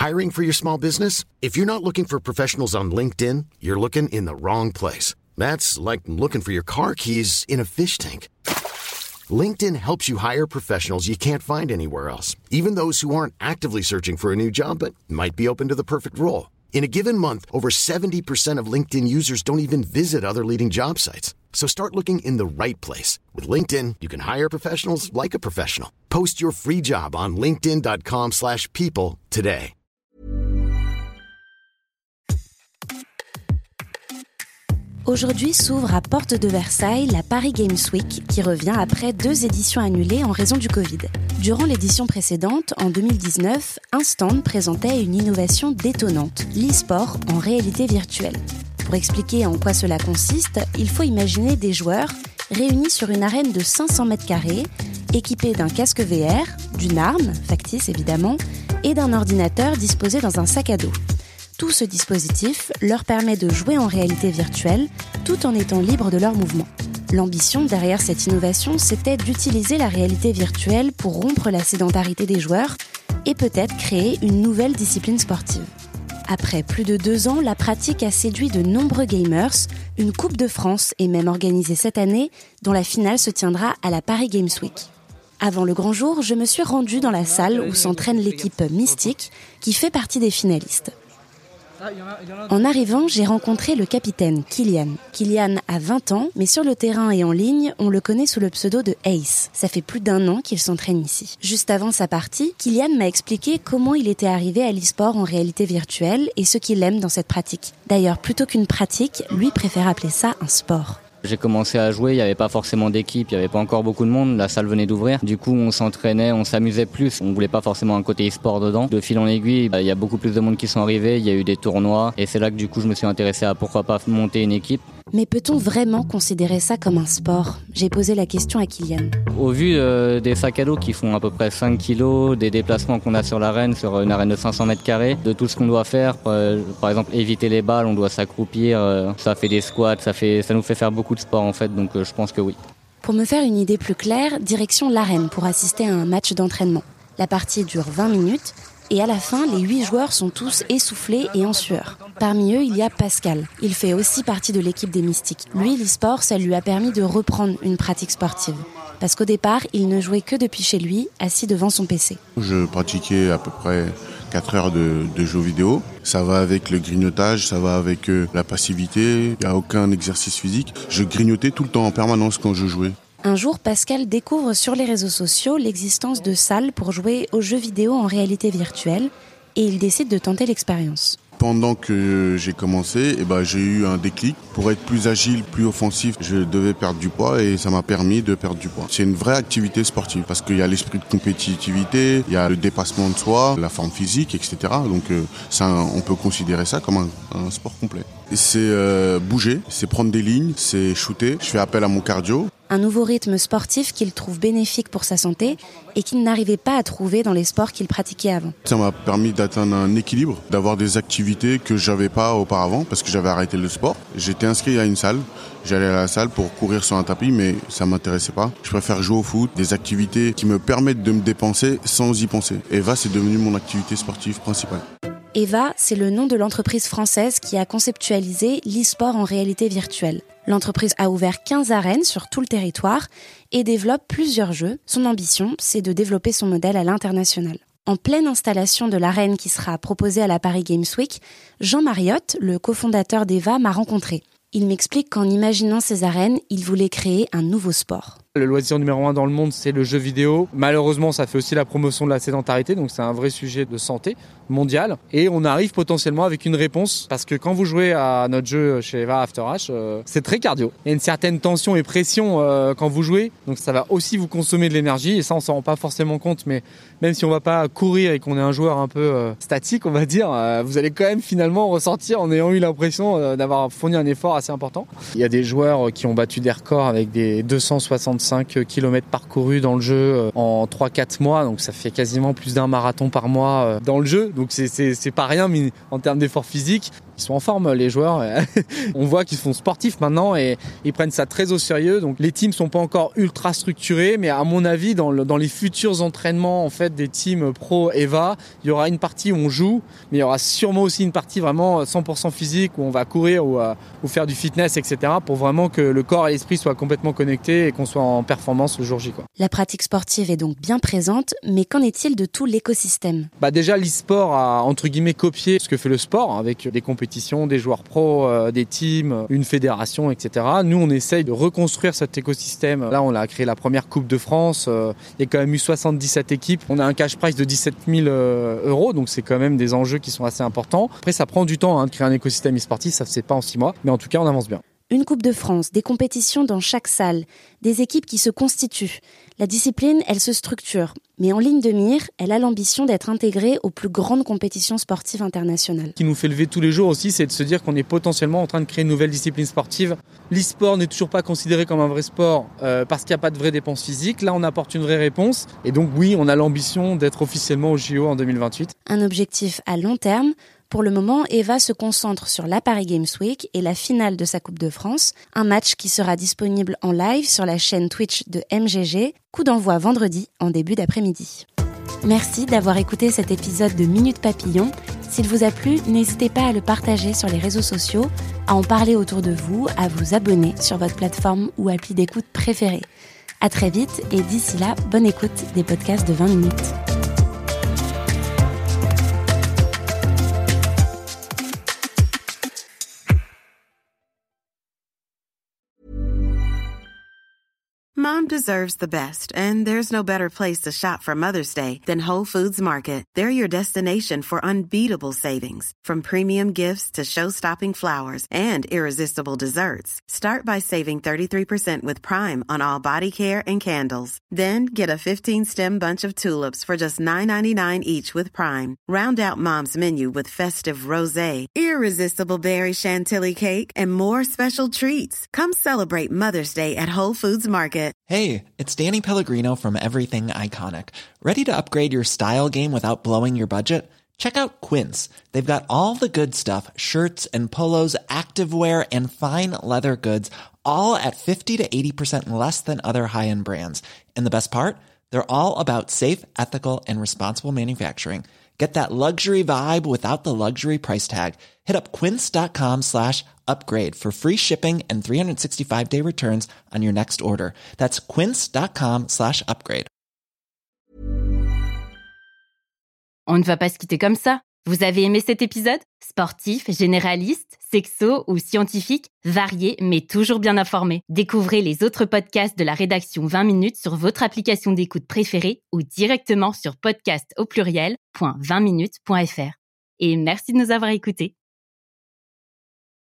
Hiring for your small business? If you're not looking for professionals on LinkedIn, you're looking in the wrong place. That's like looking for your car keys in a fish tank. LinkedIn helps you hire professionals you can't find anywhere else, even those who aren't actively searching for a new job but might be open to the perfect role. In a given month, over 70% of LinkedIn users don't even visit other leading job sites. So start looking in the right place. With LinkedIn, you can hire professionals like a professional. Post your free job on linkedin.com/people today. Aujourd'hui s'ouvre à Porte de Versailles la Paris Games Week qui revient après 2 éditions annulées en raison du Covid. Durant l'édition précédente, en 2019, un stand présentait une innovation détonnante, l'e-sport en réalité virtuelle. Pour expliquer en quoi cela consiste, il faut imaginer des joueurs réunis sur une arène de 500 mètres carrés, équipés d'un casque VR, d'une arme, factice évidemment, et d'un ordinateur disposé dans un sac à dos. Tout ce dispositif leur permet de jouer en réalité virtuelle tout en étant libres de leurs mouvements. L'ambition derrière cette innovation, c'était d'utiliser la réalité virtuelle pour rompre la sédentarité des joueurs et peut-être créer une nouvelle discipline sportive. Après plus de 2 ans, la pratique a séduit de nombreux gamers. Une Coupe de France est même organisée cette année, dont la finale se tiendra à la Paris Games Week. Avant le grand jour, je me suis rendue dans la salle où s'entraîne l'équipe Mystique, qui fait partie des finalistes. En arrivant, j'ai rencontré le capitaine Kylian. Kylian a 20 ans, mais sur le terrain et en ligne, on le connaît sous le pseudo de Ace. Ça fait plus d'1 an qu'il s'entraîne ici. Juste avant sa partie, Kylian m'a expliqué comment il était arrivé à l'e-sport en réalité virtuelle et ce qu'il aime dans cette pratique. D'ailleurs, plutôt qu'une pratique, lui préfère appeler ça un sport. J'ai commencé à jouer, il n'y avait pas forcément d'équipe, il n'y avait pas encore beaucoup de monde, la salle venait d'ouvrir. Du coup, on s'entraînait, on s'amusait plus, on voulait pas forcément un côté e-sport dedans. De fil en aiguille, il y a beaucoup plus de monde qui sont arrivés, il y a eu des tournois et c'est là que du coup je me suis intéressé à pourquoi pas monter une équipe. Mais peut-on vraiment considérer ça comme un sport ? J'ai posé la question à Kylian. Au vu des sacs à dos qui font à peu près 5 kilos, des déplacements qu'on a sur l'arène, sur une arène de 500 mètres carrés, de tout ce qu'on doit faire, par exemple éviter les balles, on doit s'accroupir, ça fait des squats, ça nous fait faire beaucoup de sport en fait, donc je pense que oui. Pour me faire une idée plus claire, direction l'arène pour assister à un match d'entraînement. La partie dure 20 minutes. Et à la fin, les 8 joueurs sont tous essoufflés et en sueur. Parmi eux, il y a Pascal. Il fait aussi partie de l'équipe des Mystiques. Lui, l'e-sport, ça lui a permis de reprendre une pratique sportive. Parce qu'au départ, il ne jouait que depuis chez lui, assis devant son PC. Je pratiquais à peu près 4 heures de jeux vidéo. Ça va avec le grignotage, ça va avec la passivité. Il n'y a aucun exercice physique. Je grignotais tout le temps en permanence quand je jouais. Un jour, Pascal découvre sur les réseaux sociaux l'existence de salles pour jouer aux jeux vidéo en réalité virtuelle et il décide de tenter l'expérience. Pendant que j'ai commencé, j'ai eu un déclic. Pour être plus agile, plus offensif, je devais perdre du poids et ça m'a permis de perdre du poids. C'est une vraie activité sportive parce qu'il y a l'esprit de compétitivité, il y a le dépassement de soi, la forme physique, etc. Donc on peut considérer ça comme un sport complet. C'est bouger, c'est prendre des lignes, c'est shooter. Je fais appel à mon cardio. Un nouveau rythme sportif qu'il trouve bénéfique pour sa santé et qu'il n'arrivait pas à trouver dans les sports qu'il pratiquait avant. Ça m'a permis d'atteindre un équilibre, d'avoir des activités que j'avais pas auparavant parce que j'avais arrêté le sport. J'étais inscrit à une salle, j'allais à la salle pour courir sur un tapis mais ça m'intéressait pas. Je préfère jouer au foot, des activités qui me permettent de me dépenser sans y penser. Eva, c'est devenu mon activité sportive principale. Eva, c'est le nom de l'entreprise française qui a conceptualisé l'e-sport en réalité virtuelle. L'entreprise a ouvert 15 arènes sur tout le territoire et développe plusieurs jeux. Son ambition, c'est de développer son modèle à l'international. En pleine installation de l'arène qui sera proposée à la Paris Games Week, Jean Mariotte, le cofondateur d'Eva, m'a rencontré. Il m'explique qu'en imaginant ces arènes, il voulait créer un nouveau sport. Le loisir numéro 1 dans le monde, c'est le jeu vidéo. Malheureusement, ça fait aussi la promotion de la sédentarité, donc c'est un vrai sujet de santé mondiale. Et on arrive potentiellement avec une réponse, parce que quand vous jouez à notre jeu chez Eva After H, c'est très cardio. Il y a une certaine tension et pression quand vous jouez, donc ça va aussi vous consommer de l'énergie, et ça on s'en rend pas forcément compte, mais même si on va pas courir et qu'on est un joueur un peu statique, on va dire, vous allez quand même finalement ressortir en ayant eu l'impression d'avoir fourni un effort assez important. Il y a des joueurs qui ont battu des records avec des 265 km parcourus dans le jeu en 3-4 mois, donc ça fait quasiment plus d'un marathon par mois dans le jeu, donc c'est pas rien mais en termes d'effort physique. Ils sont en forme, les joueurs. On voit qu'ils sont sportifs maintenant et ils prennent ça très au sérieux. Donc les teams sont pas encore ultra structurés, mais à mon avis, dans les futurs entraînements en fait des teams pro EVA, il y aura une partie où on joue, mais il y aura sûrement aussi une partie vraiment 100% physique où on va courir ou faire du fitness, etc. pour vraiment que le corps et l'esprit soient complètement connectés et qu'on soit en performance le jour J, quoi. La pratique sportive est donc bien présente, mais qu'en est-il de tout l'écosystème ? Déjà, l'e-sport a entre guillemets copié ce que fait le sport avec des compétitions, des joueurs pros, des teams, une fédération, etc. Nous, on essaye de reconstruire cet écosystème. Là, on a créé la première Coupe de France. Il y a quand même eu 77 équipes. On a un cash prize de 17 000 €, donc c'est quand même des enjeux qui sont assez importants. Après, ça prend du temps de créer un écosystème e-sportif, ça ne se fait pas en 6 mois, mais en tout cas, on avance bien. Une Coupe de France, des compétitions dans chaque salle, des équipes qui se constituent. La discipline, elle se structure. Mais en ligne de mire, elle a l'ambition d'être intégrée aux plus grandes compétitions sportives internationales. Ce qui nous fait lever tous les jours aussi, c'est de se dire qu'on est potentiellement en train de créer une nouvelle discipline sportive. L'e-sport n'est toujours pas considéré comme un vrai sport parce qu'il n'y a pas de vraies dépenses physiques. Là, on apporte une vraie réponse. Et donc oui, on a l'ambition d'être officiellement au JO en 2028. Un objectif à long terme. Pour le moment, EVA se concentre sur la Paris Games Week et la finale de sa Coupe de France, un match qui sera disponible en live sur la chaîne Twitch de MGG, coup d'envoi vendredi en début d'après-midi. Merci d'avoir écouté cet épisode de Minute Papillon. S'il vous a plu, n'hésitez pas à le partager sur les réseaux sociaux, à en parler autour de vous, à vous abonner sur votre plateforme ou appli d'écoute préférée. À très vite et d'ici là, bonne écoute des podcasts de 20 minutes. Mom deserves the best, and there's no better place to shop for Mother's Day than Whole Foods Market. They're your destination for unbeatable savings, from premium gifts to show-stopping flowers and irresistible desserts. Start by saving 33% with Prime on all body care and candles. Then get a 15-stem bunch of tulips for just $9.99 each with Prime. Round out Mom's menu with festive rosé, irresistible berry chantilly cake, and more special treats. Come celebrate Mother's Day at Whole Foods Market. Hey, it's Danny Pellegrino from Everything Iconic. Ready to upgrade your style game without blowing your budget? Check out Quince. They've got all the good stuff, shirts and polos, activewear, and fine leather goods, all at 50 to 80% less than other high-end brands. And the best part? They're all about safe, ethical, and responsible manufacturing. Get that luxury vibe without the luxury price tag. Hit up quince.com/upgrade for free shipping and 365-day returns on your next order. That's quince.com/upgrade. On ne va pas se quitter comme ça. Vous avez aimé cet épisode ? Sportif, généraliste, sexo ou scientifique, varié mais toujours bien informé. Découvrez les autres podcasts de la rédaction 20 minutes sur votre application d'écoute préférée ou directement sur podcast@20minutes.fr. Et merci de nous avoir écoutés.